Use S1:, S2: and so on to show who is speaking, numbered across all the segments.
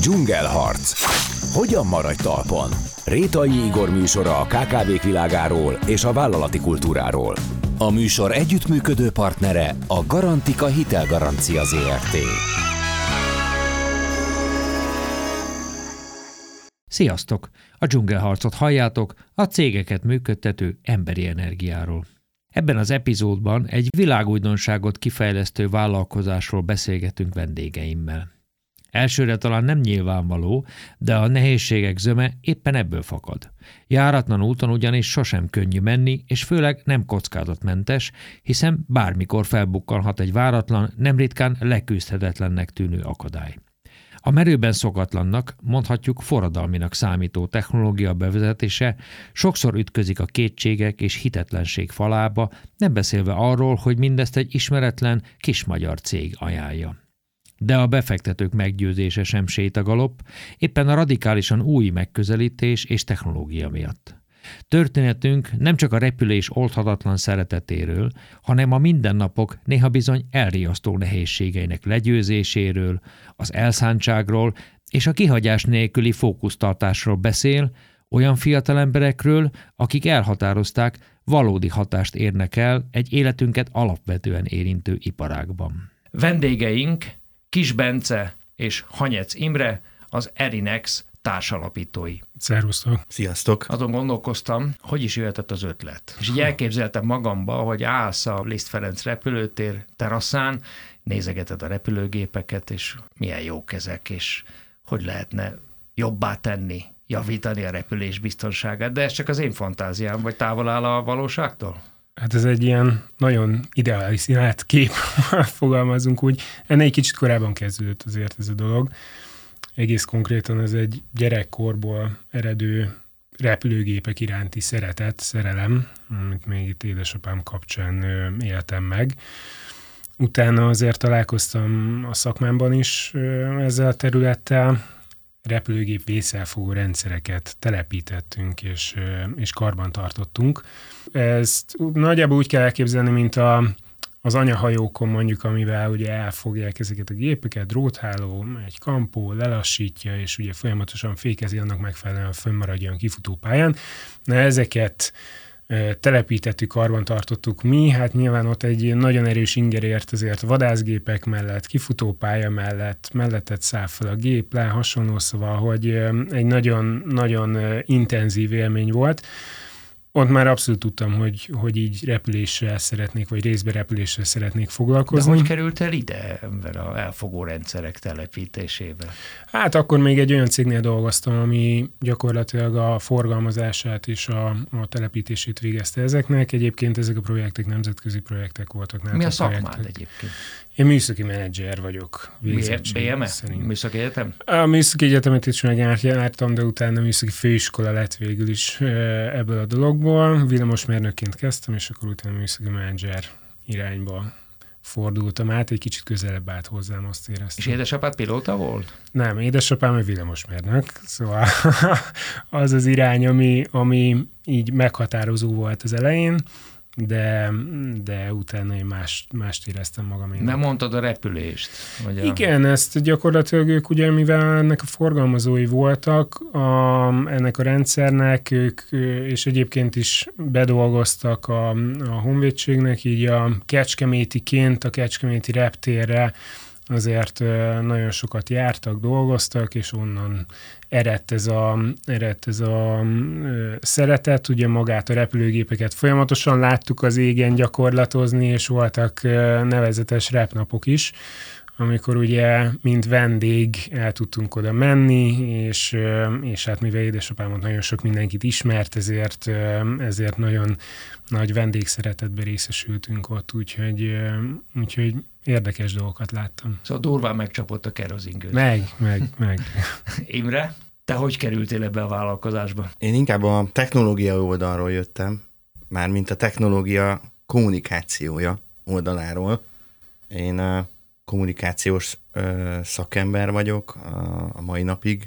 S1: Dzsungelharc. Hogyan maradj talpon? Rétai Igor műsora a KKV-k világáról és a vállalati kultúráról. A műsor együttműködő partnere a Garantika Hitelgarancia Zrt.
S2: Sziasztok! A Dzsungelharcot halljátok, a cégeket működtető emberi energiáról. Ebben az epizódban egy világújdonságot kifejlesztő vállalkozásról beszélgetünk vendégeimmel. Elsőre talán nem nyilvánvaló, de a nehézségek zöme éppen ebből fakad. Járatlan úton ugyanis sosem könnyű menni, és főleg nem kockázatmentes, hiszen bármikor felbukkanhat egy váratlan, nem ritkán leküzdhetetlennek tűnő akadály. A merőben szokatlannak, mondhatjuk forradalminak számító technológia bevezetése sokszor ütközik a kétségek és hitetlenség falába, nem beszélve arról, hogy mindezt egy ismeretlen, kis magyar cég ajánlja. De a befektetők meggyőzése sem sétagalopp, éppen a radikálisan új megközelítés és technológia miatt. Történetünk nem csak a repülés oldhatatlan szeretetéről, hanem a mindennapok néha bizony elriasztó nehézségeinek legyőzéséről, az elszántságról és a kihagyás nélküli fókusztartásról beszél, olyan fiatal emberekről, akik elhatározták, valódi hatást érnek el egy életünket alapvetően érintő iparágban. Vendégeink Kis Bence és Hanyec Imre, az Erinex társalapítói.
S3: Szervusztok!
S4: Sziasztok!
S2: Azon gondolkoztam, hogy is jöhetett az ötlet. És így elképzeltem magamba, hogy állsz a Liszt Ferenc repülőtér teraszán, nézegeted a repülőgépeket, és milyen jók ezek, és hogy lehetne jobbá tenni, javítani a repülés biztonságát, de ez csak az én fantáziám, vagy távol áll a valóságtól?
S3: Hát ez egy ilyen nagyon idealizált kép, fogalmazunk úgy. Ennél egy kicsit korábban kezdődött azért ez a dolog. Egész konkrétan ez egy gyerekkorból eredő repülőgépek iránti szeretet, szerelem, amit még itt édesapám kapcsán éltem meg. Utána azért találkoztam a szakmámban is ezzel a területtel. Repülőgép vészelfogó rendszereket telepítettünk és karban tartottunk. Ezt nagyjából úgy kell elképzelni, mint az anyahajókon mondjuk, amivel ugye elfogják ezeket a gépeket, drótháló, egy kampó, lelassítja, és ugye folyamatosan fékezi, annak megfelelően fönnmaradjon kifutópályán. Na ezeket telepítettük, karban tartottuk mi, hát nyilván ott egy nagyon erős inger ért azért vadászgépek mellett, kifutópálya mellettet száll fel a gép, le hasonló, szóval, hogy egy nagyon intenzív élmény volt. Ott már abszolút tudtam, hogy így repüléssel szeretnék, vagy részben repüléssel szeretnék foglalkozni.
S2: De hogy került el ide ember a elfogó rendszerek telepítésével?
S3: Hát akkor még egy olyan cégnél dolgoztam, ami gyakorlatilag a forgalmazását és a telepítését végezte ezeknek. Egyébként ezek a projektek nemzetközi projektek voltak.
S2: Mi a szakmád egyébként?
S3: Én műszaki menedzser vagyok.
S2: BME? Műszaki egyetem?
S3: A műszaki egyetemet is megjártam, de utána műszaki főiskola lett végül is ebből a dologból. Villamosmérnökként kezdtem, és akkor utána műszaki menedzser irányba fordultam át, egy kicsit közelebb állt hozzám, azt éreztem.
S2: És édesapád pilóta volt?
S3: Nem, édesapám egy villamosmérnök, szóval az az irány, ami így meghatározó volt az elején, de utána én mást éreztem magam.
S2: Nem mondtad a repülést? Vagy
S3: Igen, ezt gyakorlatilag ők ugye, mivel ennek a forgalmazói voltak, ennek a rendszernek, ők és egyébként is bedolgoztak a honvédségnek, így a kecskemétiként, a kecskeméti reptérre azért nagyon sokat jártak, dolgoztak, és onnan eredt ez a szeretet, ugye magát a repülőgépeket folyamatosan láttuk az égen gyakorlatozni, és voltak nevezetes repnapok is, amikor ugye mint vendég el tudtunk oda menni, és hát mivel édesapámon nagyon sok mindenkit ismert, ezért nagyon nagy vendégszeretetbe részesültünk ott, úgyhogy érdekes dolgokat láttam.
S2: Szóval durván megcsapott a kerozingőt.
S3: Meg.
S2: Imre, te hogy kerültél ebbe a vállalkozásba?
S4: Én inkább a technológia oldalról jöttem, mármint a technológia kommunikációja oldaláról. Én kommunikációs szakember vagyok a mai napig,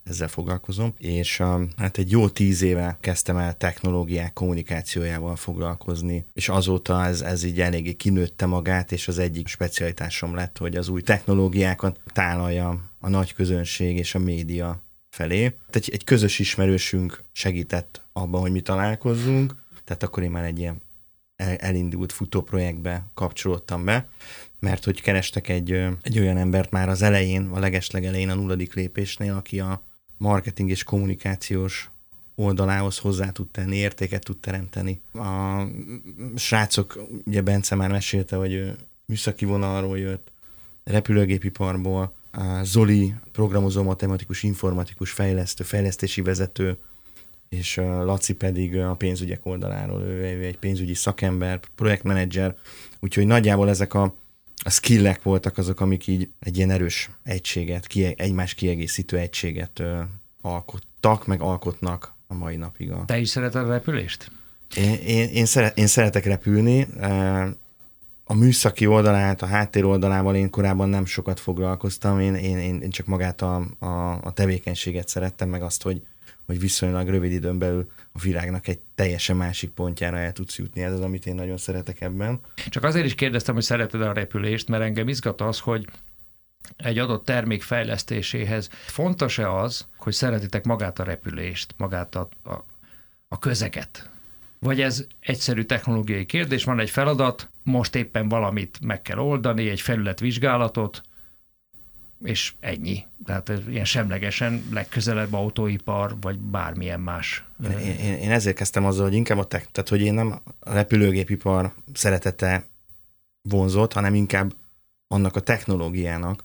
S4: ezzel foglalkozom, és hát egy jó 10 éve kezdtem el technológiák kommunikációjával foglalkozni, és azóta ez így eléggé kinőtte magát, és az egyik specialitásom lett, hogy az új technológiákat tálalja a nagy közönség és a média felé. Egy közös ismerősünk segített abban, hogy mi találkozzunk, tehát akkor én már egy ilyen elindult futóprojektbe kapcsolódtam be, mert hogy kerestek egy olyan embert már az elején, a legeslegelején, a 0. lépésnél, aki a marketing és kommunikációs oldalához hozzá tud tenni, értéket tud teremteni. A srácok, ugye Bence már mesélte, hogy ő műszaki vonalról jött, repülőgépiparból, Zoli programozó, matematikus, informatikus, fejlesztési vezető, és Laci pedig a pénzügyek oldaláról, ő egy pénzügyi szakember, projektmenedzser, úgyhogy nagyjából ezek a skillek voltak azok, amik így egy ilyen erős egységet, egymás kiegészítő egységet alkottak, meg alkotnak a mai napig.
S2: Te is szereted a repülést?
S4: Én szeretek repülni. A műszaki oldalát, a háttér oldalával én korábban nem sokat foglalkoztam, én csak magát a tevékenységet szerettem, meg azt, hogy viszonylag rövid időn belül a világnak egy teljesen másik pontjára el tudsz jutni. Ez az, amit én nagyon szeretek ebben.
S2: Csak azért is kérdeztem, hogy szereted a repülést, mert engem izgat az, hogy egy adott termék fejlesztéséhez fontos-e az, hogy szeretitek magát a repülést, magát a közeget? Vagy ez egyszerű technológiai kérdés, van egy feladat, most éppen valamit meg kell oldani, egy felületvizsgálatot, és ennyi. Tehát ez ilyen semlegesen legközelebb autóipar, vagy bármilyen más.
S4: Én ezért kezdtem azzal, hogy inkább tehát hogy én nem a repülőgépipar szeretete vonzott, hanem inkább annak a technológiának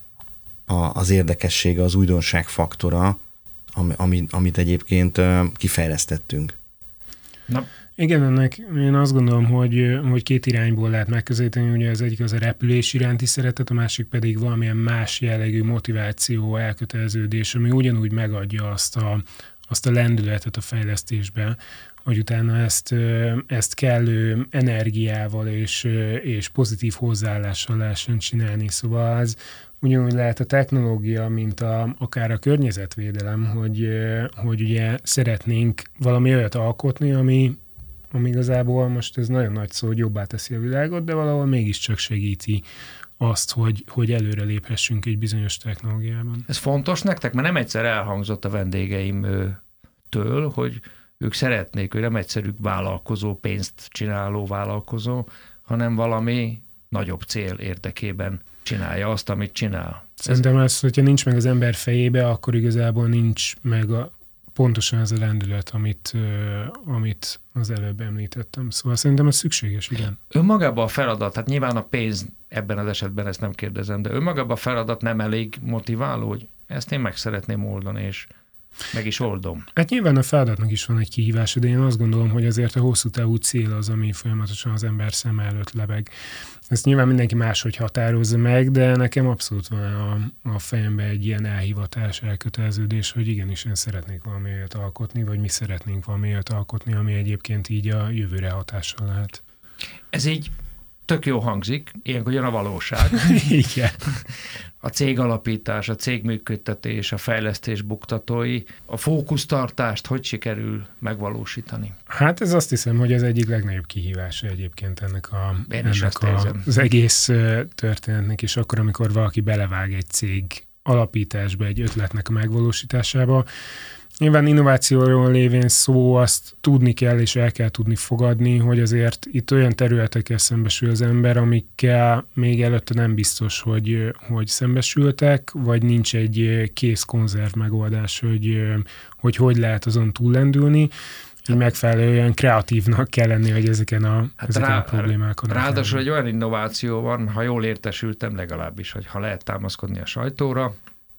S4: az érdekessége, az újdonság faktora, amit egyébként kifejlesztettünk.
S3: Na. Igen, ennek én azt gondolom, hogy két irányból lehet megközelíteni, ugye az egyik az a repülés iránti szeretet, a másik pedig valamilyen más jellegű motiváció, elköteleződés, ami ugyanúgy megadja azt a lendületet a fejlesztésben, hogy utána ezt kellő energiával és pozitív hozzáállással lehessen csinálni. Szóval az ugyanúgy lehet a technológia, mint akár a környezetvédelem, hogy ugye szeretnénk valami olyat alkotni, ami igazából most ez nagyon nagy szó, hogy jobbá teszi a világot, de valahol mégiscsak segíti azt, hogy előre léphessünk egy bizonyos technológiában.
S2: Ez fontos nektek? Mert nem egyszer elhangzott a vendégeimtől, hogy ők szeretnék, hogy nem egyszerű vállalkozó, pénzt csináló vállalkozó, hanem valami nagyobb cél érdekében csinálja azt, amit csinál.
S3: Szerintem ez, hogyha nincs meg az ember fejébe, akkor igazából nincs meg pontosan ez a lendület, amit az előbb említettem. Szóval szerintem ez szükséges, igen.
S2: Önmagában a feladat, hát nyilván a pénz ebben az esetben ezt nem kérdezem, de önmagában a feladat nem elég motiváló, hogy ezt én meg szeretném oldani, és meg is oldom.
S3: Hát nyilván a feladatnak is van egy kihívása, de én azt gondolom, hogy azért a hosszú távú cél az, ami folyamatosan az ember szem előtt lebeg. Ezt nyilván mindenki máshogy határozza meg, de nekem abszolút van a fejemben egy ilyen elhivatás, elköteleződés, hogy igenis én szeretnék valami olyat alkotni, vagy mi szeretnénk valami olyat alkotni, ami egyébként így a jövőre hatással lehet.
S2: Ez így tök jó hangzik, ilyenkor jön a valóság.
S3: Igen.
S2: A cégalapítás, a cégműködtetés, a fejlesztés buktatói, a fókusztartást hogy sikerül megvalósítani?
S3: Hát ez azt hiszem, hogy az egyik legnagyobb kihívása egyébként ennek az egész történetnek, és akkor, amikor valaki belevág egy cég alapításba, egy ötletnek a megvalósításába, nyilván innovációról lévén szó, azt tudni kell és el kell tudni fogadni, hogy azért itt olyan területekkel szembesül az ember, amikkel még előtte nem biztos, hogy szembesültek, vagy nincs egy kész konzerv megoldás, hogy lehet azon túllendülni. Így megfelelően kreatívnak kell lenni, hogy ezeken a problémákon.
S2: Ráadásul egy olyan innováció van, ha jól értesültem legalábbis, hogy ha lehet támaszkodni a sajtóra,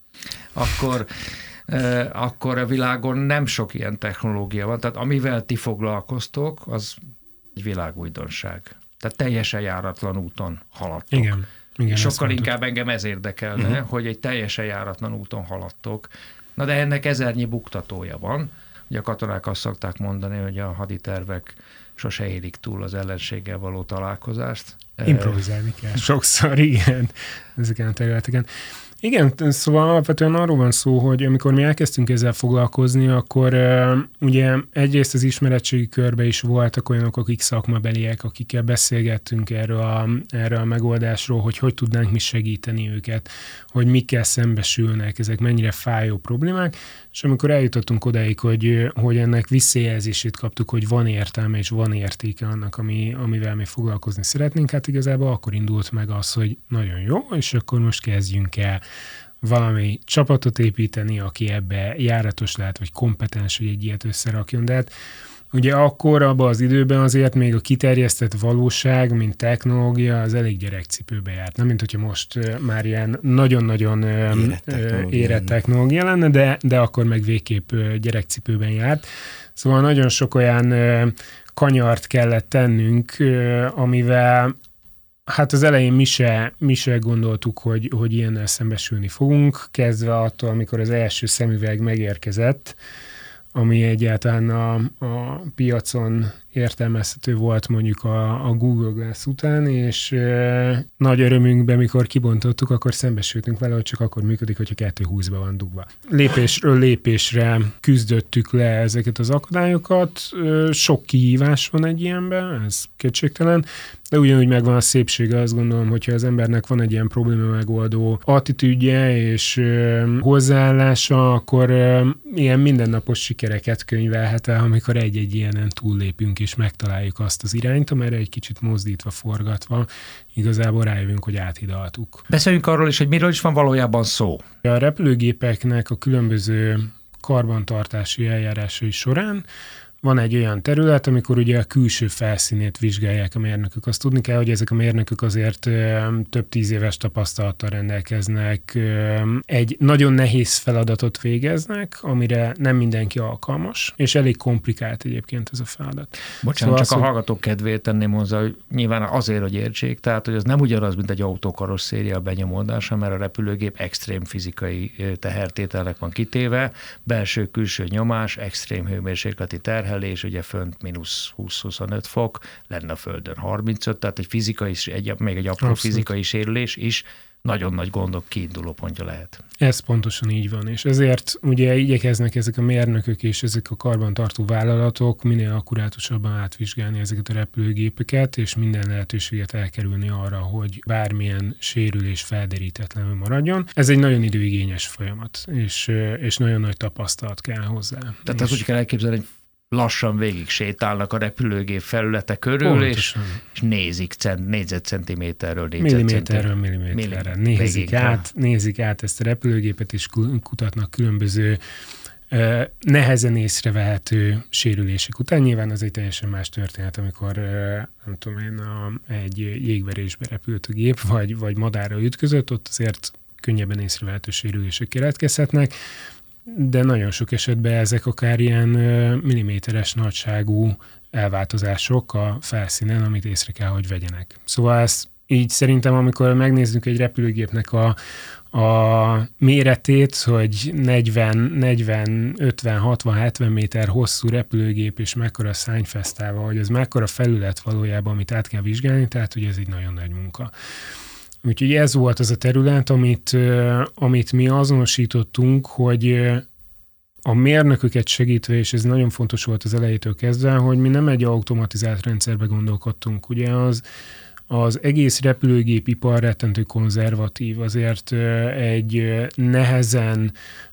S2: akkor a világon nem sok ilyen technológia van. Tehát amivel ti foglalkoztok, az egy világújdonság. Tehát teljesen járatlan úton haladtok.
S3: Igen,
S2: sokkal inkább engem ez érdekelne, hogy egy teljesen járatlan úton haladtok. Na de ennek ezernyi buktatója van. Ugye a katonák azt szokták mondani, hogy a haditervek sose érik túl az ellenséggel való találkozást.
S3: Improvizálni kell sokszor, igen, ezeken a területeken. Igen, szóval alapvetően arról van szó, hogy amikor mi elkezdtünk ezzel foglalkozni, akkor ugye egyrészt az ismeretségi körbe is voltak olyanok, akik szakmabeliek, akikkel beszélgettünk erről a megoldásról, hogy tudnánk mi segíteni őket, hogy mikkel szembesülnek, ezek mennyire fájó problémák, és amikor eljutottunk odáig, hogy ennek visszajelzését kaptuk, hogy van értelme és van értéke annak, amivel mi foglalkozni szeretnénk, hát igazából akkor indult meg az, hogy nagyon jó, és akkor most kezdjünk el valami csapatot építeni, aki ebbe járatos lehet, vagy kompetens, hogy egy ilyet összerakjon. De hát ugye akkor abban az időben azért még a kiterjesztett valóság, mint technológia, az elég gyerekcipőbe járt. Nem, mint hogyha most már ilyen nagyon-nagyon érett technológia lenne, de akkor meg végképp gyerekcipőben járt. Szóval nagyon sok olyan kanyart kellett tennünk, amivel hát az elején mi se gondoltuk, hogy ilyennel szembesülni fogunk, kezdve attól, amikor az első szemüveg megérkezett, ami egyáltalán a piacon értelmezhető volt mondjuk a Google Glass után, és nagy örömünkben, mikor kibontottuk, akkor szembesültünk vele, hogy csak akkor működik, hogyha 2.20-ba van dugva. Lépésről lépésre küzdöttük le ezeket az akadályokat. Sok kihívás van egy ilyenben, ez kétségtelen, de ugyanúgy megvan a szépsége, azt gondolom, hogyha az embernek van egy ilyen probléma megoldó attitűdje és hozzáállása, akkor ilyen mindennapos sikereket könyvelhet el, amikor egy-egy ilyenen túllépünk és megtaláljuk azt az irányt, amelyre egy kicsit mozdítva, forgatva, igazából rájövünk, hogy áthidaltuk.
S2: Beszéljünk arról is, hogy miről is van valójában szó.
S3: A repülőgépeknek a különböző karbantartási eljárásai során van egy olyan terület, amikor ugye a külső felszínét vizsgálják a mérnökök. Azt tudni kell, hogy ezek a mérnökök azért több 10 éves tapasztalattal rendelkeznek, egy nagyon nehéz feladatot végeznek, amire nem mindenki alkalmas, és elég komplikált egyébként ez a feladat.
S2: Bocsánat, szóval csak a hallgatók kedvéért tenném hozzá, hogy nyilván azért, hogy értsék, tehát hogy az nem ugyanaz, mint egy autókarosszéria benyomódása, mert a repülőgép extrém fizikai tehertételnek van kitéve, belső-külső nyomás, extrém hőmérsékleti terhelés, ugye fönt mínusz 20-25 fok, lenne a Földön 35, tehát egy fizikai, még egy apró fizikai sérülés is nagyon nagy gondok kiinduló pontja lehet.
S3: Ez pontosan így van, és ezért ugye igyekeznek ezek a mérnökök és ezek a karbantartó vállalatok minél akkurátusabban átvizsgálni ezeket a repülőgépeket, és minden lehetőséget elkerülni arra, hogy bármilyen sérülés felderítetlenül maradjon. Ez egy nagyon időigényes folyamat, és nagyon nagy tapasztalat kell hozzá.
S2: Tehát azt úgy kell elképzelni, hogy lassan végig sétálnak a repülőgép felülete körül, és nézik négyzetcentiméterről
S3: milliméterre. Nézik át ezt a repülőgépet, és kutatnak különböző nehezen észrevehető sérülések után. Nyilván az egy teljesen más történet, amikor nem tudom én, egy jégverésbe repült a gép, vagy madárra ütközött, ott azért könnyebben észrevehető sérülések keletkezhetnek, de nagyon sok esetben ezek akár ilyen milliméteres nagyságú elváltozások a felszínen, amit észre kell, hogy vegyenek. Szóval ezt így szerintem, amikor megnézzük egy repülőgépnek a méretét, hogy 40, 50, 60, 70 méter hosszú repülőgép, és mekkora szárnyfesztálva, hogy ez mekkora felület valójában, amit át kell vizsgálni, tehát hogy ez egy nagyon nagy munka. Úgyhogy ez volt az a terület, amit mi azonosítottunk, hogy a mérnököket segítve, és ez nagyon fontos volt az elejétől kezdve, hogy mi nem egy automatizált rendszerbe gondolkodtunk. Ugye az egész repülőgépipar rettentő konzervatív, azért egy nehezen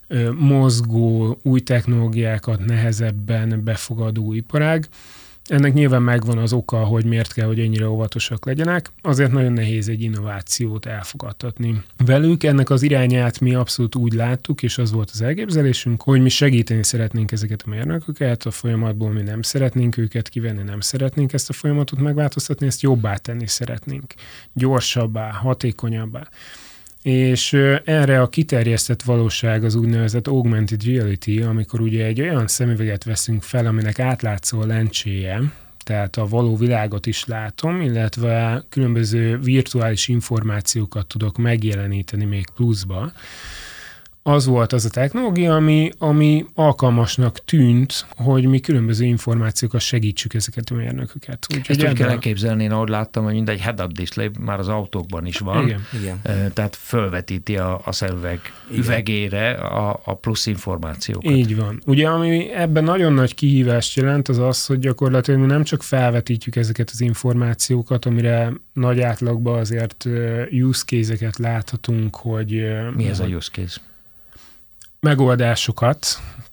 S3: mozgó, új technológiákat nehezebben befogadó iparág. Ennek nyilván megvan az oka, hogy miért kell, hogy ennyire óvatosak legyenek. Azért nagyon nehéz egy innovációt elfogadtatni velük. Ennek az irányát mi abszolút úgy láttuk, és az volt az elképzelésünk, hogy mi segíteni szeretnénk ezeket a mérnököket, a folyamatból mi nem szeretnénk őket kivenni, nem szeretnénk ezt a folyamatot megváltoztatni, ezt jobbá tenni szeretnénk. Gyorsabbá, hatékonyabbá. És erre a kiterjesztett valóság az úgynevezett augmented reality, amikor ugye egy olyan szemüveget veszünk fel, aminek átlátszó a lencséje, tehát a való világot is látom, illetve különböző virtuális információkat tudok megjeleníteni még pluszba, az volt az a technológia, ami alkalmasnak tűnt, hogy mi különböző információkkal segítsük ezeket a mérnököket.
S2: Ezt úgy kell elképzelni, én ahogy láttam, hogy mindegy head-up display már az autókban is van.
S4: Igen.
S2: Tehát fölvetíti a szemüveg üvegére a plusz információkat.
S3: Így van. Ugye, ami ebben nagyon nagy kihívást jelent, az az, hogy gyakorlatilag mi nem csak felvetítjük ezeket az információkat, amire nagy átlagban azért use case-eket láthatunk, hogy...
S2: Mi ez a use case?
S3: Megoldásokat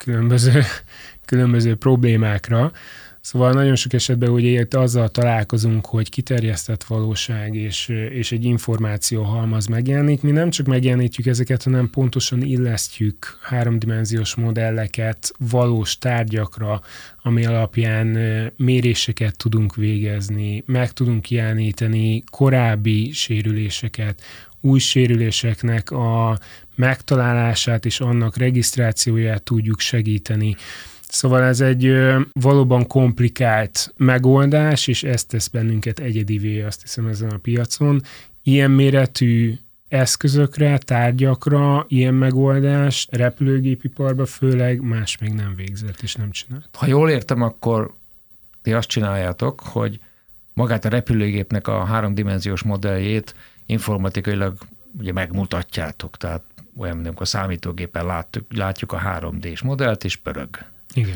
S3: különböző problémákra. Szóval nagyon sok esetben ugye azzal találkozunk, hogy kiterjesztett valóság és egy információhalmaz megjelenik. Mi nem csak megjelenítjük ezeket, hanem pontosan illesztjük háromdimenziós modelleket valós tárgyakra, ami alapján méréseket tudunk végezni, meg tudunk jeleníteni korábbi sérüléseket, új sérüléseknek a megtalálását és annak regisztrációját tudjuk segíteni. Szóval ez egy valóban komplikált megoldás, és ez tesz bennünket egyedivé, azt hiszem, ezen a piacon. Ilyen méretű eszközökre, tárgyakra, ilyen megoldás repülőgépiparban főleg más még nem végzett és nem csinált.
S2: Ha jól értem, akkor ti azt csináljátok, hogy magát a repülőgépnek a háromdimenziós modelljét informatikailag ugye megmutatjátok, tehát olyan, mint amikor a számítógépen látjuk a 3D-s modellt, és pörög.
S3: Igen.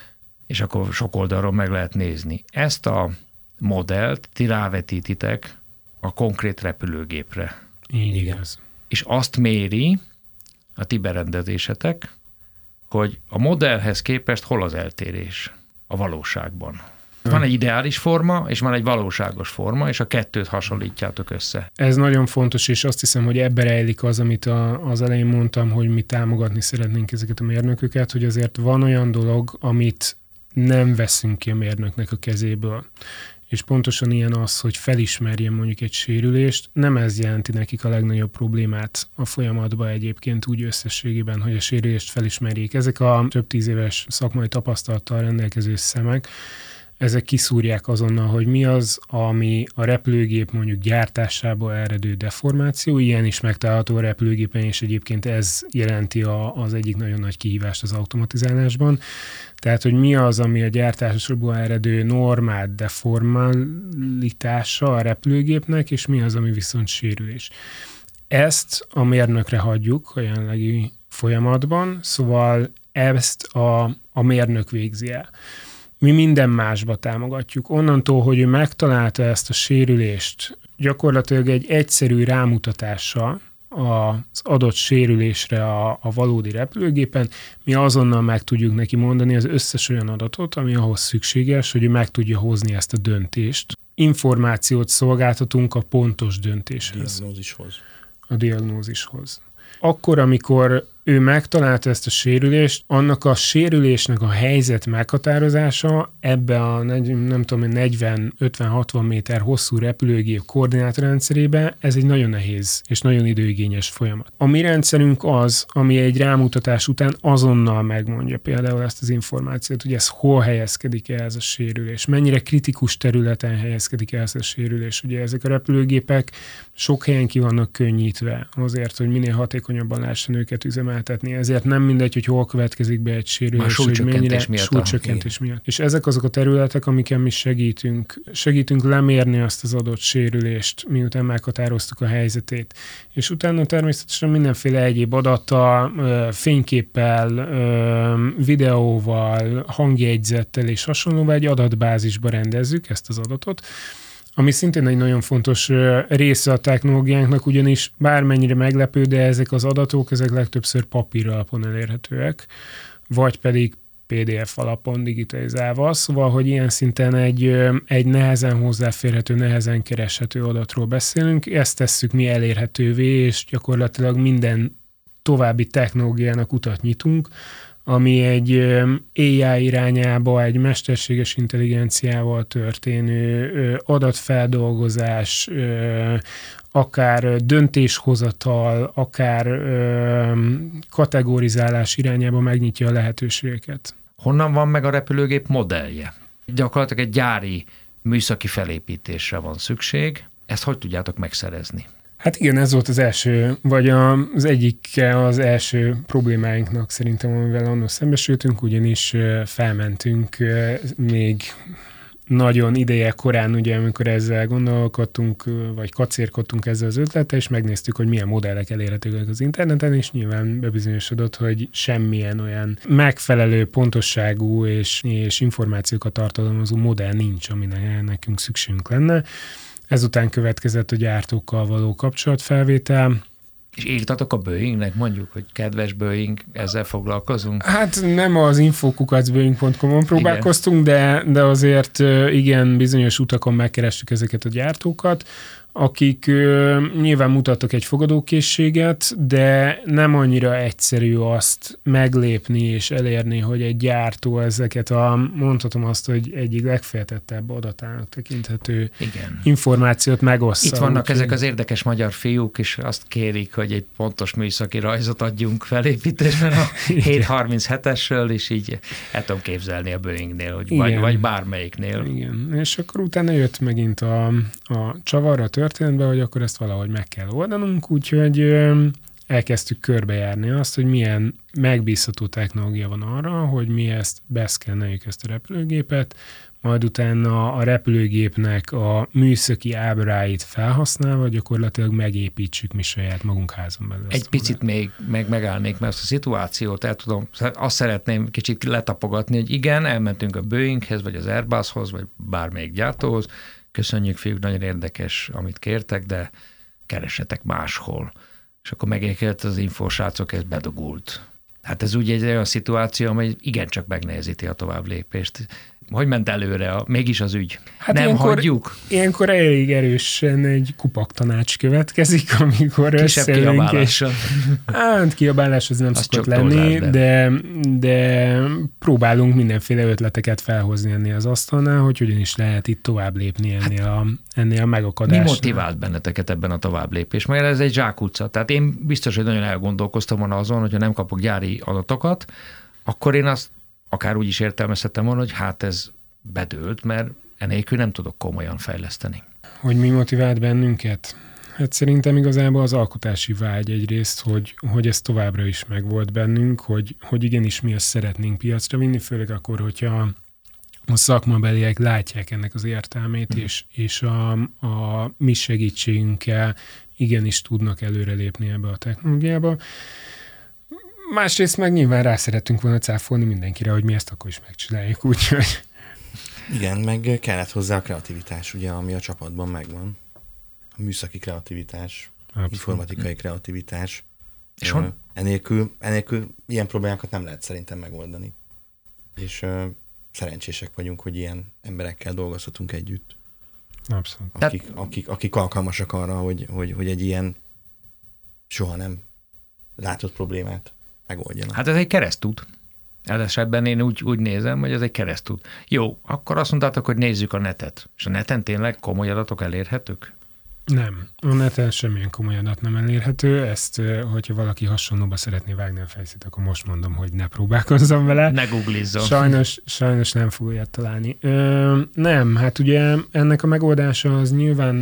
S2: És akkor sok oldalról meg lehet nézni. Ezt a modellt ti rávetítitek a konkrét repülőgépre.
S3: Igaz.
S2: És azt méri a ti berendezésetek, hogy a modellhez képest hol az eltérés a valóságban. Van egy ideális forma, és van egy valóságos forma, és a kettőt hasonlítjátok össze.
S3: Ez nagyon fontos, és azt hiszem, hogy ebbe rejlik az, amit az elején mondtam, hogy mi támogatni szeretnénk ezeket a mérnököket, hogy azért van olyan dolog, amit nem veszünk ki a mérnöknek a kezéből. És pontosan ilyen az, hogy felismerjen mondjuk egy sérülést, nem ez jelenti nekik a legnagyobb problémát a folyamatban egyébként úgy összességében, hogy a sérülést felismerjék. Ezek a több 10 éves szakmai tapasztalattal rendelkező szemek, ezek kiszúrják azonnal, hogy mi az, ami a repülőgép mondjuk gyártásából eredő deformáció, ilyen is megtalálható a repülőgépen, és egyébként ez jelenti az egyik nagyon nagy kihívást az automatizálásban. Tehát, hogy mi az, ami a gyártásból eredő normál deformalitása a repülőgépnek, és mi az, ami viszont sérülés. Ezt a mérnökre hagyjuk a jelenlegi folyamatban, szóval ezt a mérnök végzi el. Mi minden másba támogatjuk. Onnantól, hogy ő megtalálta ezt a sérülést, gyakorlatilag egy egyszerű rámutatással az adott sérülésre a valódi repülőgépen, mi azonnal meg tudjuk neki mondani az összes olyan adatot, ami ahhoz szükséges, hogy ő meg tudja hozni ezt a döntést. Információt szolgáltatunk a pontos döntéshez. A diagnózishoz. Akkor, amikor ő megtalálta ezt a sérülést, annak a sérülésnek a helyzet meghatározása ebbe a 40-50-60 méter hosszú repülőgép koordinátorrendszerébe, ez egy nagyon nehéz és nagyon időigényes folyamat. A mi rendszerünk az, ami egy rámutatás után azonnal megmondja például ezt az információt, hogy ez hol helyezkedik el ez a sérülés, mennyire kritikus területen helyezkedik el ez a sérülés. Ugye ezek a repülőgépek sok helyen ki vannak könnyítve azért, hogy minél hatékonyabban lehessen őket üzemeltetni. Ezért nem mindegy, hogy hol következik be egy sérülés, hogy mennyire súlycsökkentés miatt. És ezek azok a területek, amiken mi segítünk lemérni azt az adott sérülést, miután meghatároztuk a helyzetét. És utána természetesen mindenféle egyéb adattal, fényképpel, videóval, hangjegyzettel és hasonlóval egy adatbázisba rendezzük ezt az adatot, ami szintén egy nagyon fontos része a technológiánknak, ugyanis bármennyire meglepő, de ezek az adatok, ezek legtöbbször papír alapon elérhetőek, vagy pedig PDF alapon digitalizálva, szóval, hogy ilyen szinten egy nehezen hozzáférhető, nehezen kereshető adatról beszélünk, ezt tesszük mi elérhetővé, és gyakorlatilag minden további technológiának utat nyitunk, ami egy AI irányába, egy mesterséges intelligenciával történő adatfeldolgozás, akár döntéshozatal, akár kategorizálás irányába megnyitja a lehetőségeket.
S2: Honnan van meg a repülőgép modellje? Gyakorlatilag egy gyári műszaki felépítésre van szükség. Ezt hogy tudjátok megszerezni?
S3: Hát igen, ez volt az első, vagy az egyike az első problémáinknak szerintem, amivel annól szembesültünk, ugyanis felmentünk még nagyon ideje korán, ugye, amikor ezzel gondolkodtunk, vagy kacérkodtunk ezzel az ötlettel, és megnéztük, hogy milyen modellek elérhetőek az interneten, és nyilván bebizonyosodott, hogy semmilyen olyan megfelelő pontosságú és információkat tartalmazó modell nincs, amire nekünk szükségünk lenne. Ezután következett a gyártókkal való kapcsolatfelvétel.
S2: És írtatok a Boeingnek, mondjuk, hogy kedves Boeing, ezzel foglalkozunk?
S3: Hát nem az infokukacboeing.com-on próbálkoztunk, de azért igen, bizonyos utakon megkerestük ezeket a gyártókat, akik nyilván mutattak egy fogadókészséget, de nem annyira egyszerű azt meglépni és elérni, hogy egy gyártó ezeket mondhatom azt, hogy egyik legféltettebb adatának tekinthető információt megossza.
S2: Itt vannak ezek az érdekes magyar fiúk, és azt kérik, hogy egy pontos műszaki rajzot adjunk felépítésben a 737-esről, és így el tudom képzelni a Boeingnél, hogy vagy bármelyiknél.
S3: Igen, és akkor utána jött megint a csavar a történetben, hogy akkor ezt valahogy meg kell oldanunk, úgyhogy elkezdtük körbejárni azt, hogy milyen megbízható technológia van arra, hogy mi ezt beszkenneljük ezt a repülőgépet, majd utána a repülőgépnek a műszaki ábráit felhasználva gyakorlatilag megépítsük mi saját magunk házon belül.
S2: Egy picit még megállnék, mert azt a szituációt azt szeretném kicsit letapogatni, hogy igen, elmentünk a Boeinghez, vagy az Airbushoz, vagy bármelyik gyártóhoz, köszönjük, fiúk, nagyon érdekes, amit kértek, de keressetek máshol. És akkor megérkezett az infósrácok, ez bedugult. Hát ez úgy egy olyan szituáció, amely igencsak megnehezíti a tovább lépést. Hogy ment előre mégis az ügy? Hát nem hagyjuk?
S3: Ilyenkor elég erősen egy kupaktanács következik, amikor
S2: kisebb
S3: összeülünk. Hát kiabálás az nem szokott lenni, de próbálunk mindenféle ötleteket felhozni ennél az asztalnál, hogy hogyan is lehet itt tovább lépni ennél a megakadásnál.
S2: Mi motivált benneteket ebben a tovább lépés? Mert ez egy zsákutca. Tehát én biztos, hogy nagyon elgondolkoztam volna azon, hogyha nem kapok gyári adatokat, akkor én azt akár úgy is értelmezhetem volna, hogy hát ez bedőlt, mert enélkül nem tudok komolyan fejleszteni.
S3: Hogy mi motivált bennünket? Hát szerintem igazából az alkotási vágy egyrészt, hogy ez továbbra is megvolt bennünk, hogy igenis mi ezt szeretnénk piacra vinni, főleg akkor, hogyha a szakmabeliek látják ennek az értelmét, és a mi segítségünkkel igenis tudnak előrelépni ebbe a technológiába. Másrészt meg nyilván rá szerettünk volna cáfolni mindenkire, hogy mi ezt akkor is megcsináljuk, úgyhogy...
S4: Igen, meg kellett hozzá a kreativitás, ugye, ami a csapatban megvan. A műszaki kreativitás, abszolút. Informatikai kreativitás. És enélkül ilyen problémákat nem lehet szerintem megoldani. És szerencsések vagyunk, hogy ilyen emberekkel dolgozhatunk együtt.
S3: Abszolút.
S4: Akik alkalmasak arra, hogy egy ilyen soha nem látott problémát megoldjanak.
S2: Hát ez egy keresztút. Ez esetben én úgy nézem, hogy ez egy keresztút. Jó, akkor azt mondtátok, hogy nézzük a netet. És a neten tényleg komoly adatok elérhetők?
S3: Nem. A neten semmilyen komoly adat nem elérhető. Ezt, hogyha valaki hasonlóba szeretné vágni a fejszét, akkor most mondom, hogy ne próbálkozzam vele.
S2: Ne googlizzon.
S3: Sajnos nem fog olyat találni. Nem, hát ugye ennek a megoldása az nyilván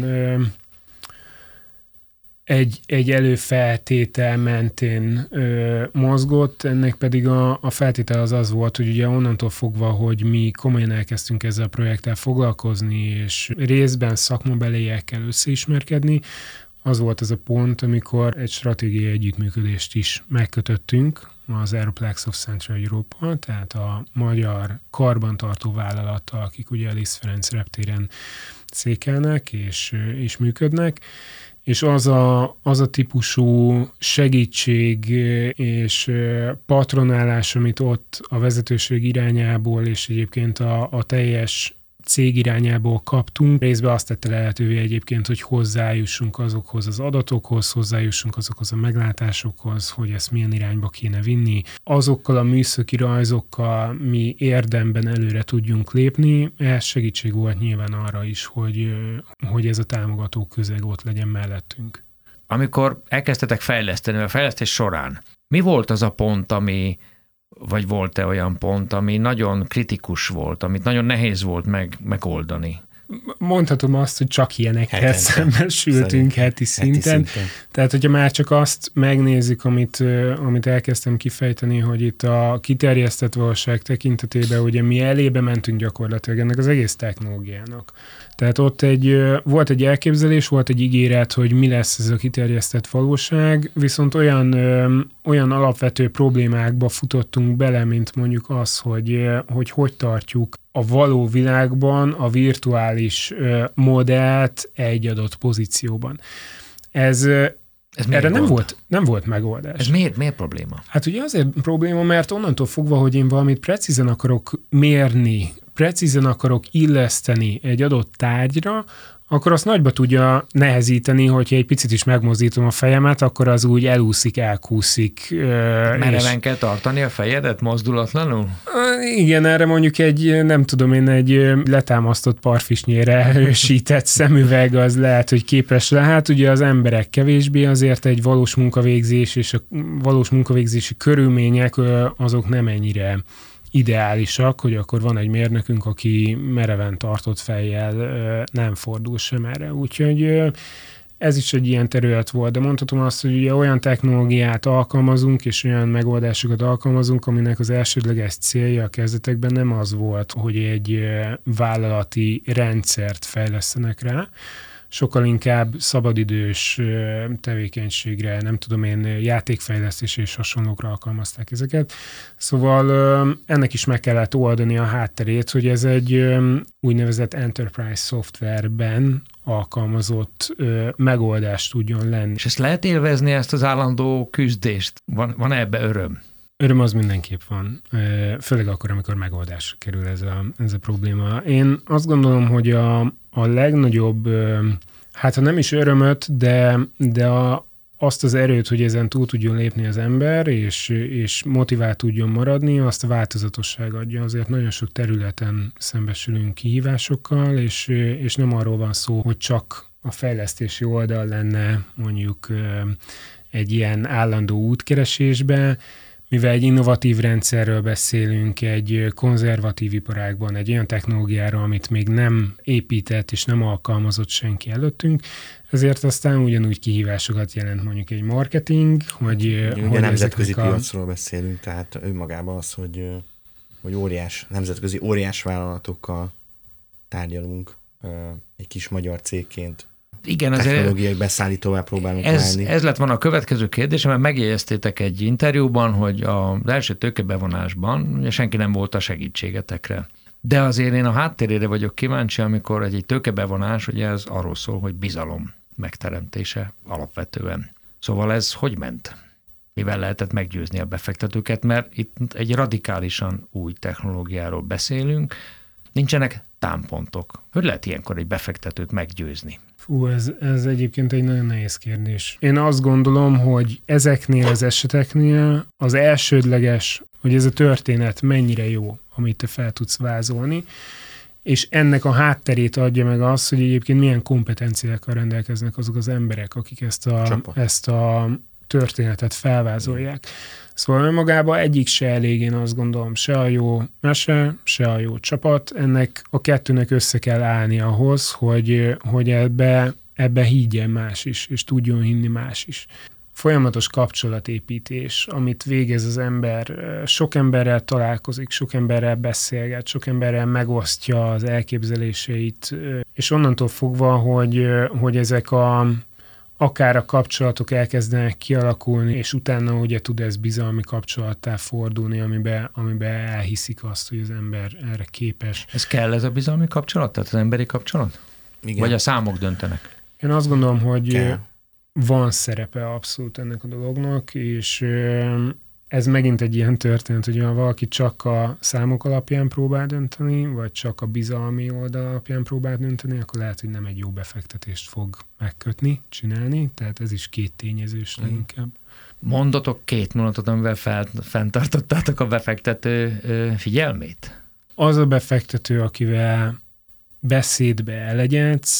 S3: egy előfeltétel mentén mozgott, ennek pedig a feltétel az volt, hogy ugye onnantól fogva, hogy mi komolyan elkezdtünk ezzel a projekttel foglalkozni, és részben szakmabeliekkel összeismerkedni, az volt az a pont, amikor egy stratégiai együttműködést is megkötöttünk az Aeroplex of Central Europe-val, tehát a magyar karbantartó vállalattal, akik ugye a Liszt Ferenc reptéren székelnek és működnek, és az a típusú segítség és patronálás, amit ott a vezetőség irányából és egyébként a teljes cég irányából kaptunk, részben azt tette lehetővé egyébként, hogy hozzájussunk azokhoz az adatokhoz, hozzájussunk azokhoz a meglátásokhoz, hogy ezt milyen irányba kéne vinni. Azokkal a műszaki rajzokkal mi érdemben előre tudjunk lépni, ez segítség volt nyilván arra is, hogy ez a támogató közeg ott legyen mellettünk.
S2: Amikor elkezdtetek fejleszteni, a fejlesztés során, mi volt az a pont, volt-e olyan pont, ami nagyon kritikus volt, amit nagyon nehéz volt megoldani?
S3: Mondhatom azt, hogy csak ilyenekkel szembesültünk heti szinten. Tehát, hogyha már csak azt megnézzük, amit elkezdtem kifejteni, hogy itt a kiterjesztett valóság tekintetében ugye mi elébe mentünk gyakorlatilag ennek az egész technológiának. Tehát ott volt egy elképzelés, volt egy ígéret, hogy mi lesz ez a kiterjesztett valóság, viszont olyan alapvető problémákba futottunk bele, mint mondjuk az, hogy tartjuk a való világban a virtuális modellt egy adott pozícióban. Ez erre nem volt megoldás.
S2: Ez miért probléma?
S3: Hát ugye azért probléma, mert onnantól fogva, hogy én valamit precízen akarok mérni, precízen akarok illeszteni egy adott tárgyra, akkor azt nagyba tudja nehezíteni, hogyha egy picit is megmozdítom a fejemet, akkor az úgy elúszik, elkúszik.
S2: Mereven kell tartani a fejedet mozdulatlanul?
S3: Igen, erre mondjuk egy letámasztott parfisnyére erősített szemüveg az lehet, hogy képes lehet. Ugye az emberek kevésbé, azért egy valós munkavégzés és a valós munkavégzési körülmények azok nem ennyire ideálisak, hogy akkor van egy mérnökünk, aki mereven tartott fejjel nem fordul sem erre. Úgyhogy ez is egy ilyen terület volt, de mondhatom azt, hogy ugye olyan technológiát alkalmazunk, és olyan megoldásokat alkalmazunk, aminek az elsődleges célja a kezdetekben nem az volt, hogy egy vállalati rendszert fejlesztenek rá, sokkal inkább szabadidős tevékenységre, nem tudom én, játékfejlesztés és hasonlókra alkalmazták ezeket. Szóval ennek is meg kellett oldani a hátterét, hogy ez egy úgynevezett enterprise szoftverben alkalmazott megoldást tudjon lenni. És
S2: ezt lehet élvezni, ezt az állandó küzdést? Van ebbe öröm?
S3: Öröm az mindenképp van, főleg akkor, amikor megoldásra kerül ez a probléma. Én azt gondolom, hogy a legnagyobb, hát ha nem is örömöt, de azt az erőt, hogy ezen túl tudjon lépni az ember, és motivált tudjon maradni, azt a változatosság adja. Azért nagyon sok területen szembesülünk kihívásokkal, és nem arról van szó, hogy csak a fejlesztési oldal lenne mondjuk egy ilyen állandó útkeresésbe, mivel egy innovatív rendszerről beszélünk, egy konzervatív iparágban, egy olyan technológiáról, amit még nem épített és nem alkalmazott senki előttünk, ezért aztán ugyanúgy kihívásokat jelent mondjuk egy marketing, hogy
S4: nemzetközi piacról beszélünk, tehát önmagában az, hogy nemzetközi óriás vállalatokkal tárgyalunk egy kis magyar cégként.
S2: Igen,
S4: technológiai beszállítóvá próbálunk válni.
S2: Ez lett volna a következő kérdés, mert megjegyeztétek egy interjúban, hogy az első tőkebevonásban ugye senki nem volt a segítségetekre. De azért én a háttérére vagyok kíváncsi, amikor egy tőkebevonás, ugye ez arról szól, hogy bizalom megteremtése alapvetően. Szóval ez hogy ment? Mivel lehetett meggyőzni a befektetőket, mert itt egy radikálisan új technológiáról beszélünk, nincsenek támpontok. Hogy lehet ilyenkor egy befektetőt meggyőzni?
S3: Ez egyébként egy nagyon nehéz kérdés. Én azt gondolom, hogy ezeknél az eseteknél az elsődleges, hogy ez a történet mennyire jó, amit te fel tudsz vázolni, és ennek a hátterét adja meg az, hogy egyébként milyen kompetenciákkal rendelkeznek azok az emberek, akik ezt a történetet felvázolják. Szóval önmagában egyik se elég, én azt gondolom, se a jó mese, se a jó csapat. Ennek a kettőnek össze kell állni ahhoz, hogy ebbe higgyen más is, és tudjon hinni más is. Folyamatos kapcsolatépítés, amit végez az ember, sok emberrel találkozik, sok emberrel beszélget, sok emberrel megosztja az elképzeléseit, és onnantól fogva, hogy ezek akár a kapcsolatok elkezdenek kialakulni, és utána ugye tud ez bizalmi kapcsolattá fordulni, amiben elhiszik azt, hogy az ember erre képes.
S2: Ez kell, ez a bizalmi kapcsolat? Tehát az emberi kapcsolat?
S4: Igen.
S2: Vagy a számok döntenek?
S3: Én azt gondolom, hogy van szerepe abszolút ennek a dolognak, és ez megint egy ilyen történet, hogy ha valaki csak a számok alapján próbál dönteni, vagy csak a bizalmi oldal alapján próbál dönteni, akkor lehet, hogy nem egy jó befektetést fog megkötni, csinálni, tehát ez is két tényezős leginkább.
S2: Mondatok 2 mondatot, amivel fenntartottátok a befektető figyelmét?
S3: Az a befektető, akivel beszédbe elegyedsz,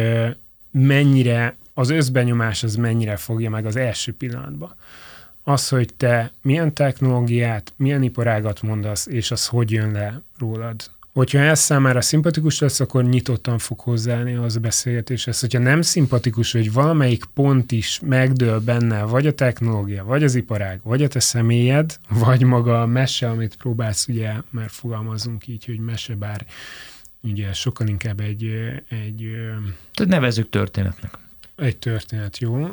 S3: mennyire, az összbenyomás az mennyire fogja meg az első pillanatban. Az, hogy te milyen technológiát, milyen iparágat mondasz, és az hogy jön le rólad, Hogyha ez számára szimpatikus lesz, akkor nyitottan fog hozzáállni az a beszélgetéshez. Hogyha nem szimpatikus, hogy valamelyik pont is megdől benne, vagy a technológia, vagy az iparág, vagy a te személyed, vagy maga a mese, amit próbálsz, ugye, mert fogalmazunk így, hogy mese, bár ugye sokkal inkább
S2: Tehát nevezzük történetnek.
S3: Egy történet, jó.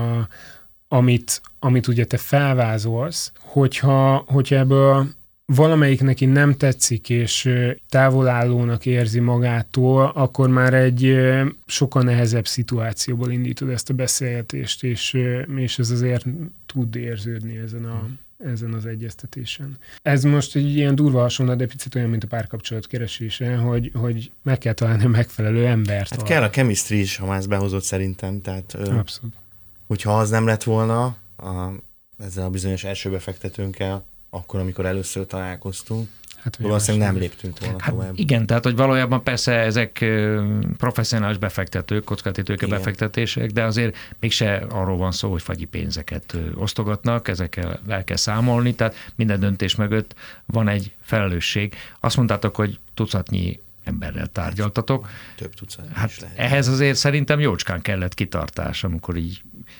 S3: Amit ugye te felvázolsz, hogyha ebből valamelyik neki nem tetszik, és távolállónak érzi magától, akkor már egy sokkal nehezebb szituációból indítod ezt a beszélgetést, és ez azért tud érződni ezen az egyeztetésen. Ez most egy ilyen durva hasonlat, de picit olyan, mint a párkapcsolat keresése, hogy meg kell találni a megfelelő embert.
S4: Hát kell a chemistry is, ha már ezt behozott szerintem. Tehát,
S3: abszolút.
S4: Hogyha az nem lett volna ezzel a bizonyos első befektetőnkkel, akkor, amikor először találkoztunk, valószínűleg nem léptünk volna tovább.
S2: Igen, tehát hogy valójában persze ezek professzionális befektetők, kockázati tőke befektetések, de azért mégse arról van szó, hogy fagyi pénzeket osztogatnak, ezekkel el kell számolni, tehát minden döntés mögött van egy felelősség. Azt mondtátok, hogy tucatnyi emberrel tárgyaltatok.
S4: Több tucat is lehet.
S2: Ehhez azért szerintem jócskán kellett kitartás, amikor így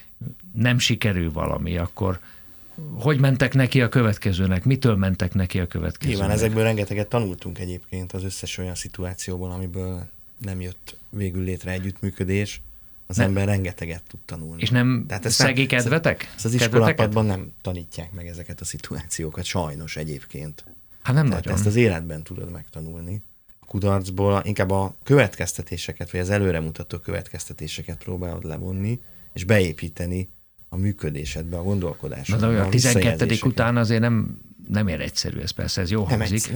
S2: nem sikerül valami, akkor hogy mentek neki a következőnek? Mitől mentek neki a következőnek?
S4: Nyilván ezekből rengeteget tanultunk egyébként az összes olyan szituációból, amiből nem jött végül létre együttműködés. Az ember rengeteget tud tanulni.
S2: És nem szegi kedvetek?
S4: Ezt az iskolapadban nem tanítják meg ezeket a szituációkat, sajnos egyébként.
S2: Hát nem
S4: Tehát
S2: nagyon.
S4: ezt az életben tudod megtanulni. A kudarcból inkább a következtetéseket, vagy az előremutató következtetéseket próbálod levonni, és beépíteni a működésedbe, a gondolkodásodba.
S2: De a 12. után azért nem ér egyszerű, ez persze, ez jó hangzik.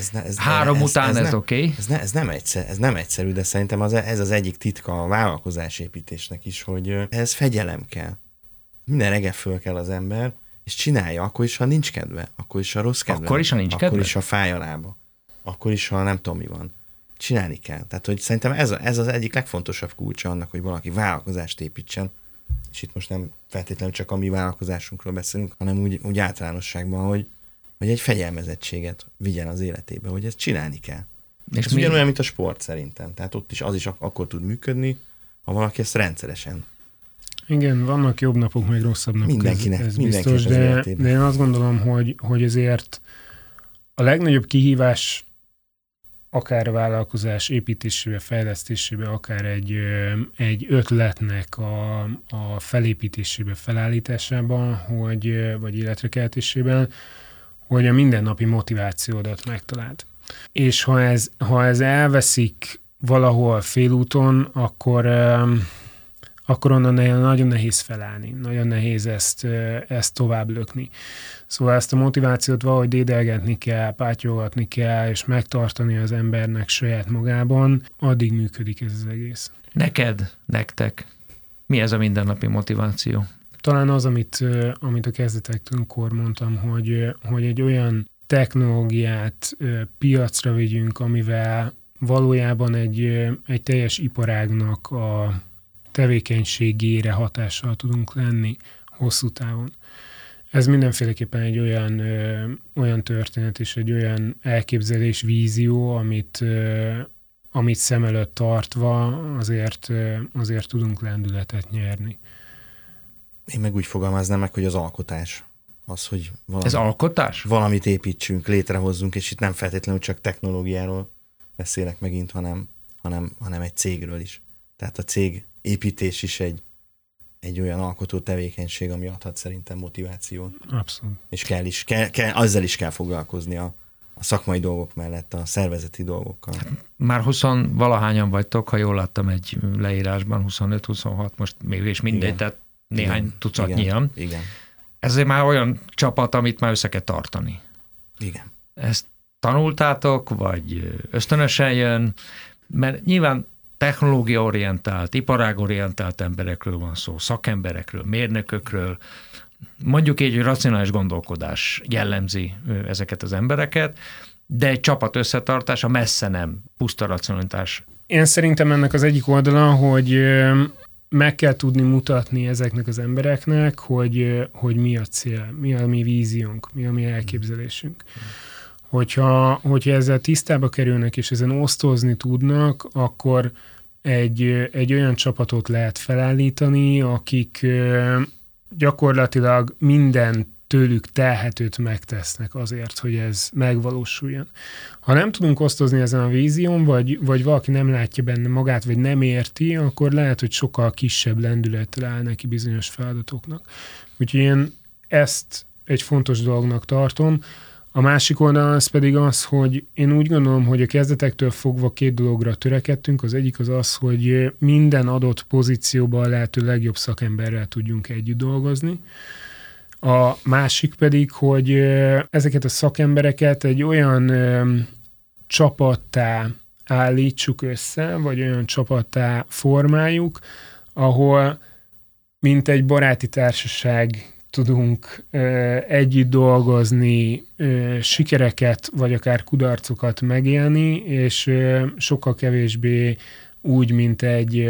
S2: Három után ez oké?
S4: Ez nem egyszerű, de szerintem ez az egyik titka a vállalkozásépítésnek is, hogy ez fegyelem kell. Minden reggel föl kell az ember, és csinálja, akkor is, ha nincs kedve, akkor is, ha rossz kedve.
S2: Akkor is, ha nincs kedve?
S4: Akkor is, ha fáj a lába. Akkor is, ha nem tudom, mi van. Csinálni kell. Tehát, hogy szerintem ez az egyik legfontosabb kulcsa annak, hogy valaki vállalkozást építsen, és itt most nem feltétlenül csak a mi vállalkozásunkról beszélünk, hanem úgy általánosságban, hogy egy fegyelmezettséget vigyen az életébe, hogy ezt csinálni kell. És ez ugyanolyan, mint a sport szerintem. Tehát ott is az is akkor tud működni, ha valaki ezt rendszeresen.
S3: Igen, vannak jobb napok, meg rosszabb napok.
S4: Mindenkinek,
S3: ez biztos, de én azt gondolom, hogy ezért a legnagyobb kihívás akár a vállalkozás építésébe, fejlesztésébe, akár egy ötletnek a felépítésébe, felállításában, vagy életrekeltésében, hogy a mindennapi motivációdat megtaláld. És ha ez elveszik valahol félúton, akkor onnan nagyon nehéz felállni, nagyon nehéz ezt tovább lökni. Szóval ezt a motivációt valahogy dédelgetni kell, pátyolgatni kell, és megtartani az embernek saját magában, addig működik ez az egész.
S2: Nektek, mi ez a mindennapi motiváció?
S3: Talán az, amit a kezdetekkor mondtam, hogy egy olyan technológiát piacra vigyünk, amivel valójában egy teljes iparágnak a tevékenységére hatással tudunk lenni hosszú távon. Ez mindenféleképpen egy olyan történet és egy olyan elképzelés, vízió, amit szem előtt tartva azért tudunk lendületet nyerni.
S4: Én meg úgy fogalmaznám meg, hogy az alkotás. Az, hogy
S2: ez alkotás?
S4: Valamit építsünk, létrehozzunk, és itt nem feltétlenül csak technológiáról beszélek megint, hanem egy cégről is. Tehát a cég építés is egy olyan alkotó tevékenység, ami adhat szerintem motivációt.
S3: Abszolút.
S4: És azzal is kell foglalkozni a szakmai dolgok mellett, a szervezeti dolgokkal.
S2: Már 20-valahányan vagytok, ha jól láttam egy leírásban, 25-26, most mégis mindegy, tehát néhány tucatnyian.
S4: Igen.
S2: Ez már olyan csapat, amit már össze kell tartani.
S4: Igen.
S2: Ezt tanultátok, vagy ösztönösen jön? Mert nyilván technológiaorientált, iparágorientált emberekről van szó, szakemberekről, mérnökökről. Mondjuk így, hogy racionális gondolkodás jellemzi ezeket az embereket, de egy csapat összetartása messze nem puszta racionalitás.
S3: Én szerintem ennek az egyik oldala, hogy meg kell tudni mutatni ezeknek az embereknek, hogy mi a cél, mi a mi víziónk, mi a mi elképzelésünk. Hogyha ezzel tisztába kerülnek, és ezen osztozni tudnak, akkor egy olyan csapatot lehet felállítani, akik gyakorlatilag minden tőlük telhetőt megtesznek azért, hogy ez megvalósuljon. Ha nem tudunk osztozni ezen a vízión, vagy valaki nem látja benne magát, vagy nem érti, akkor lehet, hogy sokkal kisebb lendülettel áll neki bizonyos feladatoknak. Úgyhogy én ezt egy fontos dolognak tartom. A másik oldalon az pedig az, hogy én úgy gondolom, hogy a kezdetektől fogva 2 dologra törekedtünk. Az egyik az, hogy minden adott pozícióban a lehető legjobb szakemberrel tudjunk együtt dolgozni. A másik pedig, hogy ezeket a szakembereket egy olyan csapattá állítsuk össze, vagy olyan csapattá formáljuk, ahol mint egy baráti társaság tudunk együtt dolgozni, sikereket, vagy akár kudarcokat megélni, és sokkal kevésbé úgy, mint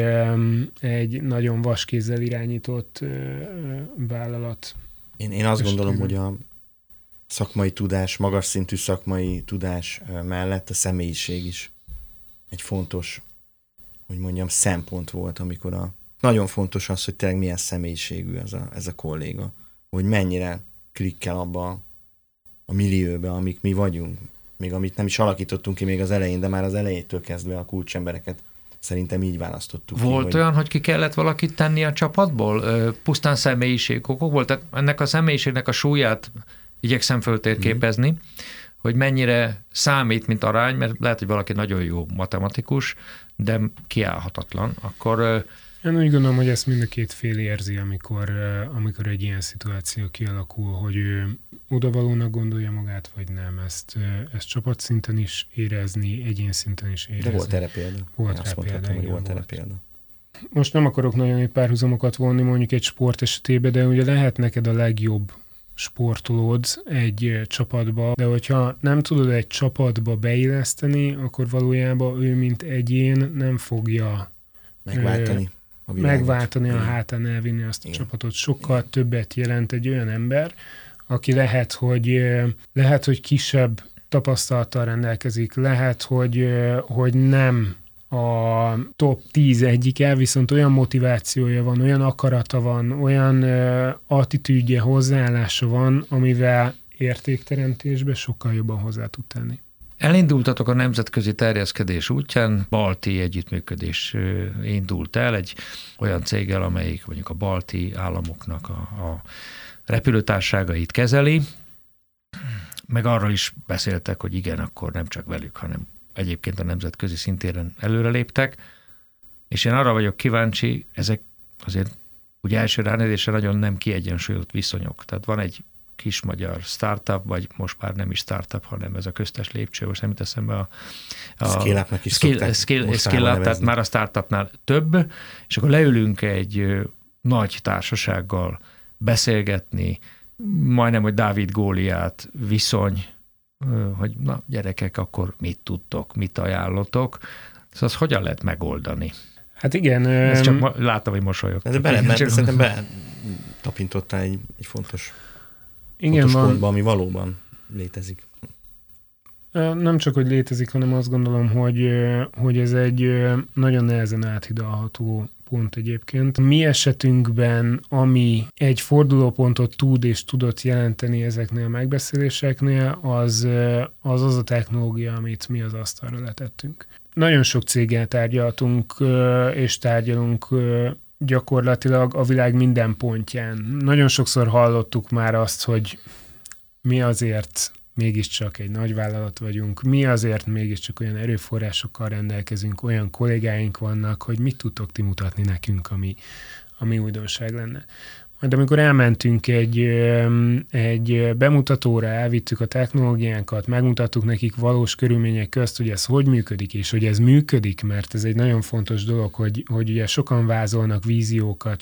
S3: egy nagyon vaskézzel irányított vállalat.
S4: Én azt gondolom, hogy a szakmai tudás, magas szintű szakmai tudás mellett a személyiség is egy fontos, hogy mondjam, szempont volt, amikor nagyon fontos az, hogy tényleg milyen személyiségű ez a kolléga, hogy mennyire klikkel abba a millióbe, amik mi vagyunk, még amit nem is alakítottunk ki még az elején, de már az elejétől kezdve a kulcsembereket szerintem így választottuk.
S2: Volt olyan, hogy ki kellett valakit tenni a csapatból? Pusztán személyiségokból? Tehát ennek a személyiségnek a súlyát igyekszem föltérképezni, hogy mennyire számít, mint arány, mert lehet, hogy valaki nagyon jó matematikus, de kiállhatatlan, akkor...
S3: Én úgy gondolom, hogy ezt mind a 2 fél érzi, amikor egy ilyen szituáció kialakul, hogy ő odavalónak gondolja magát, vagy nem. Ezt csapatszinten is érezni, egyén szinten is érezni.
S4: De volt erre példa. Volt erre példa.
S3: Most nem akarok nagyon egy párhuzamokat vonni mondjuk egy sport esetében, de ugye lehet neked a legjobb sportolód egy csapatba, de hogyha nem tudod egy csapatba beilleszteni, akkor valójában ő, mint egyén nem fogja megváltani a hátán, elvinni azt a csapatot. Sokkal többet jelent egy olyan ember, aki lehet, hogy kisebb tapasztalattal rendelkezik, lehet, hogy nem a top 10 egyike, viszont olyan motivációja van, olyan akarata van, olyan attitűdje, hozzáállása van, amivel értékteremtésbe sokkal jobban hozzá tud tenni.
S2: Elindultatok a nemzetközi terjeszkedés útján, balti együttműködés indult el egy olyan céggel, amelyik mondjuk a balti államoknak a repülőtárságait kezeli, meg arról is beszéltek, hogy igen, akkor nem csak velük, hanem egyébként a nemzetközi szintéren előreléptek, és én arra vagyok kíváncsi, ezek azért ugye első ránézésre nagyon nem kiegyensúlyozott viszonyok. Tehát van egy kis magyar startup, vagy most már nem is startup, hanem ez a köztes lépcső, most nem jut eszembe a
S4: Scale-up-nak is
S2: Scale-up, tehát már a startupnál több, és akkor leülünk egy nagy társasággal beszélgetni, majdnem, hogy Dávid Góliát viszony, hogy na gyerekek, akkor mit tudtok, mit ajánlotok, szóval azt hogyan lehet megoldani?
S3: Hát igen.
S2: Ezt csak láttam, hogy mosolyog.
S4: Szerintem betapintottál egy fontos pontba, ami valóban létezik.
S3: Nem csak, hogy létezik, hanem azt gondolom, hogy ez egy nagyon nehezen áthidalható pont egyébként. A mi esetünkben, ami egy fordulópontot tud és tudott jelenteni ezeknél a megbeszéléseknél, az a technológia, amit mi az asztalra letettünk. Nagyon sok céggel tárgyaltunk és tárgyalunk gyakorlatilag a világ minden pontján. Nagyon sokszor hallottuk már azt, hogy mi azért mégiscsak egy nagyvállalat vagyunk, mi azért mégiscsak olyan erőforrásokkal rendelkezünk, olyan kollégáink vannak, hogy mit tudtok ti mutatni nekünk, ami újdonság lenne. Majd amikor elmentünk egy bemutatóra, elvittük a technológiánkat, megmutattuk nekik valós körülmények közt, hogy ez hogy működik, és hogy ez működik, mert ez egy nagyon fontos dolog, hogy ugye sokan vázolnak víziókat,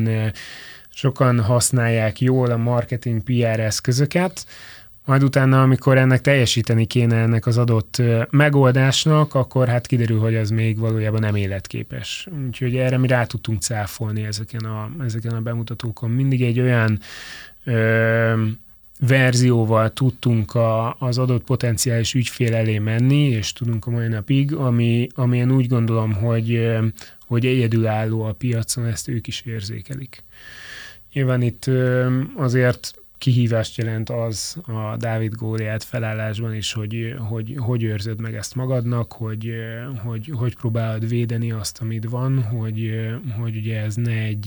S3: sokan használják jól a marketing PR eszközöket, majd utána, amikor ennek teljesíteni kéne ennek az adott megoldásnak, akkor hát kiderül, hogy ez még valójában nem életképes. Úgyhogy erre mi rá tudtunk cáfolni ezeken a bemutatókon. Mindig egy olyan verzióval tudtunk az adott potenciális ügyfél elé menni, és tudunk a mai napig, ami én úgy gondolom, hogy egyedülálló a piacon, ezt ők is érzékelik. Nyilván itt azért kihívást jelent az a Dávid Góliát felállásban is, hogy őrzöd meg ezt magadnak, hogy próbálod védeni azt, amit van, hogy ugye ez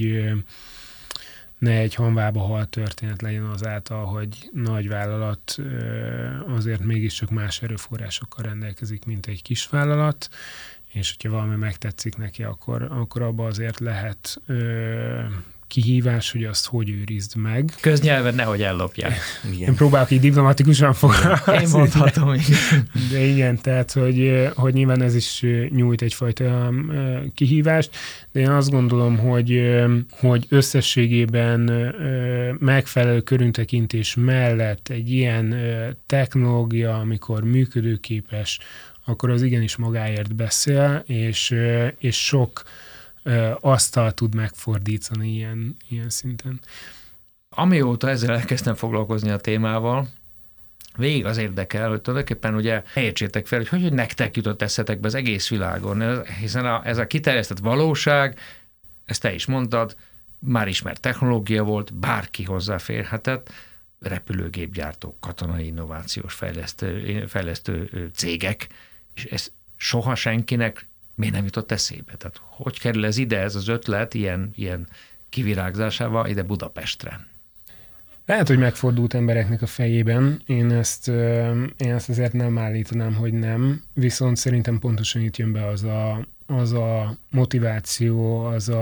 S3: ne egy hanvába halt történet legyen azáltal, hogy nagy vállalat azért mégiscsak más erőforrásokkal rendelkezik, mint egy kis vállalat, és hogyha valami megtetszik neki, akkor abba azért lehet kihívás, hogy azt hogy őrizd meg.
S2: Köznyelven nehogy ellopják.
S3: Én próbálok így diplomatikusan fogalmazni.
S2: Én mondhatom,
S3: de igen, tehát, hogy nyilván ez is nyújt egyfajta kihívást, de én azt gondolom, hogy összességében megfelelő körüntekintés mellett egy ilyen technológia, amikor működőképes, akkor az igenis magáért beszél, és sok asztal tud megfordítani ilyen szinten.
S2: Amióta ezzel elkezdtem foglalkozni a témával, végig az érdekel, hogy tulajdonképpen ugye értsétek fel, hogy nektek jutott eszetekbe az egész világon, hiszen ez a kiterjesztett valóság, ezt te is mondtad, már ismert technológia volt, bárki hozzáférhetett, repülőgépgyártók, katonai innovációs fejlesztő cégek, és ez soha senkinek miért nem jutott eszébe? Tehát hogy kerül ez ide, ez az ötlet ilyen kivirágzásával ide Budapestre?
S3: Lehet, hogy megfordult embereknek a fejében. Én ezt azért nem állítanám, hogy nem. Viszont szerintem pontosan itt jön be az a motiváció,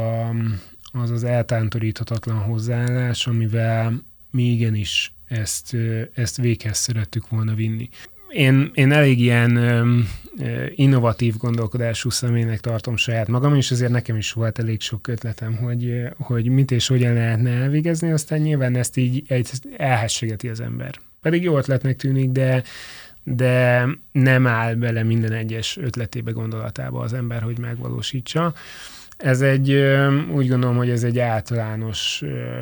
S3: az eltántoríthatatlan hozzáállás, amivel mi igenis ezt véghez szerettük volna vinni. Én elég ilyen innovatív gondolkodású személynek tartom saját magam, és ezért nekem is volt elég sok ötletem, hogy mit és hogyan lehetne elvégezni, aztán nyilván ezt így elhessegeti az ember. Pedig jó ötletnek tűnik, de nem áll bele minden egyes ötletébe, gondolatába az ember, hogy megvalósítsa. Ez úgy gondolom, hogy ez egy általános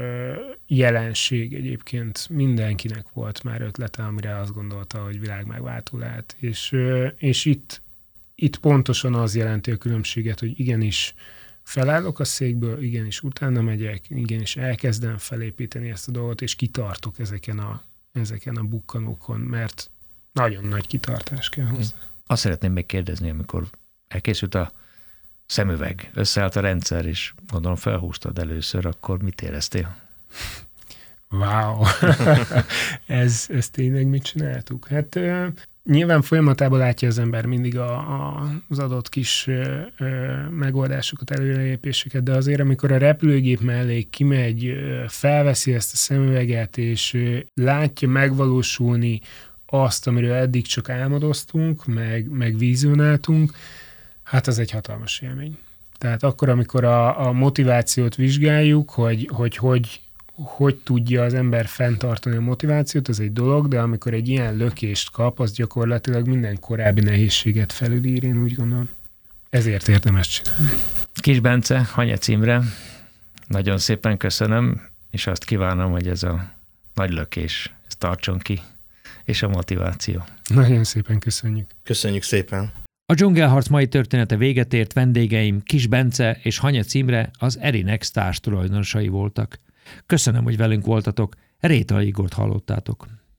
S3: jelenség egyébként. Mindenkinek volt már ötlete, amire azt gondolta, hogy világ megváltó lehet. És itt pontosan az jelenti a különbséget, hogy igenis felállok a székből, igenis utána megyek, igenis elkezdem felépíteni ezt a dolgot, és kitartok ezeken a bukkanókon, mert nagyon nagy kitartás kell hozzá.
S2: Azt szeretném még kérdezni, amikor elkészült a szemüveg, összeállt a rendszer, és gondolom felhúztad először, akkor mit éreztél?
S3: Wow! ez tényleg mit csináltuk? Hát nyilván folyamatában látja az ember mindig az adott kis megoldásokat, előrelépéseket, de azért, amikor a repülőgép mellé kimegy, felveszi ezt a szemüveget, és látja megvalósulni azt, amiről eddig csak álmodoztunk, meg vizionáltunk, hát az egy hatalmas élmény. Tehát akkor, amikor a motivációt vizsgáljuk, hogy tudja az ember fenntartani a motivációt, az egy dolog, de amikor egy ilyen lökést kap, az gyakorlatilag minden korábbi nehézséget felülír, én úgy gondolom. Ezért érdemes csinálni.
S2: Kis Bence, Hanyec Imre, nagyon szépen köszönöm, és azt kívánom, hogy ez a nagy lökés, ez tartson ki, és a motiváció.
S3: Nagyon szépen köszönjük.
S4: Köszönjük szépen.
S2: A dzsungelharc mai története véget ért, vendégeim Kis Bence és Hanyec Imre az Erinex társtulajdonosai voltak. Köszönöm, hogy velünk voltatok, Rétai Igort hallottátok.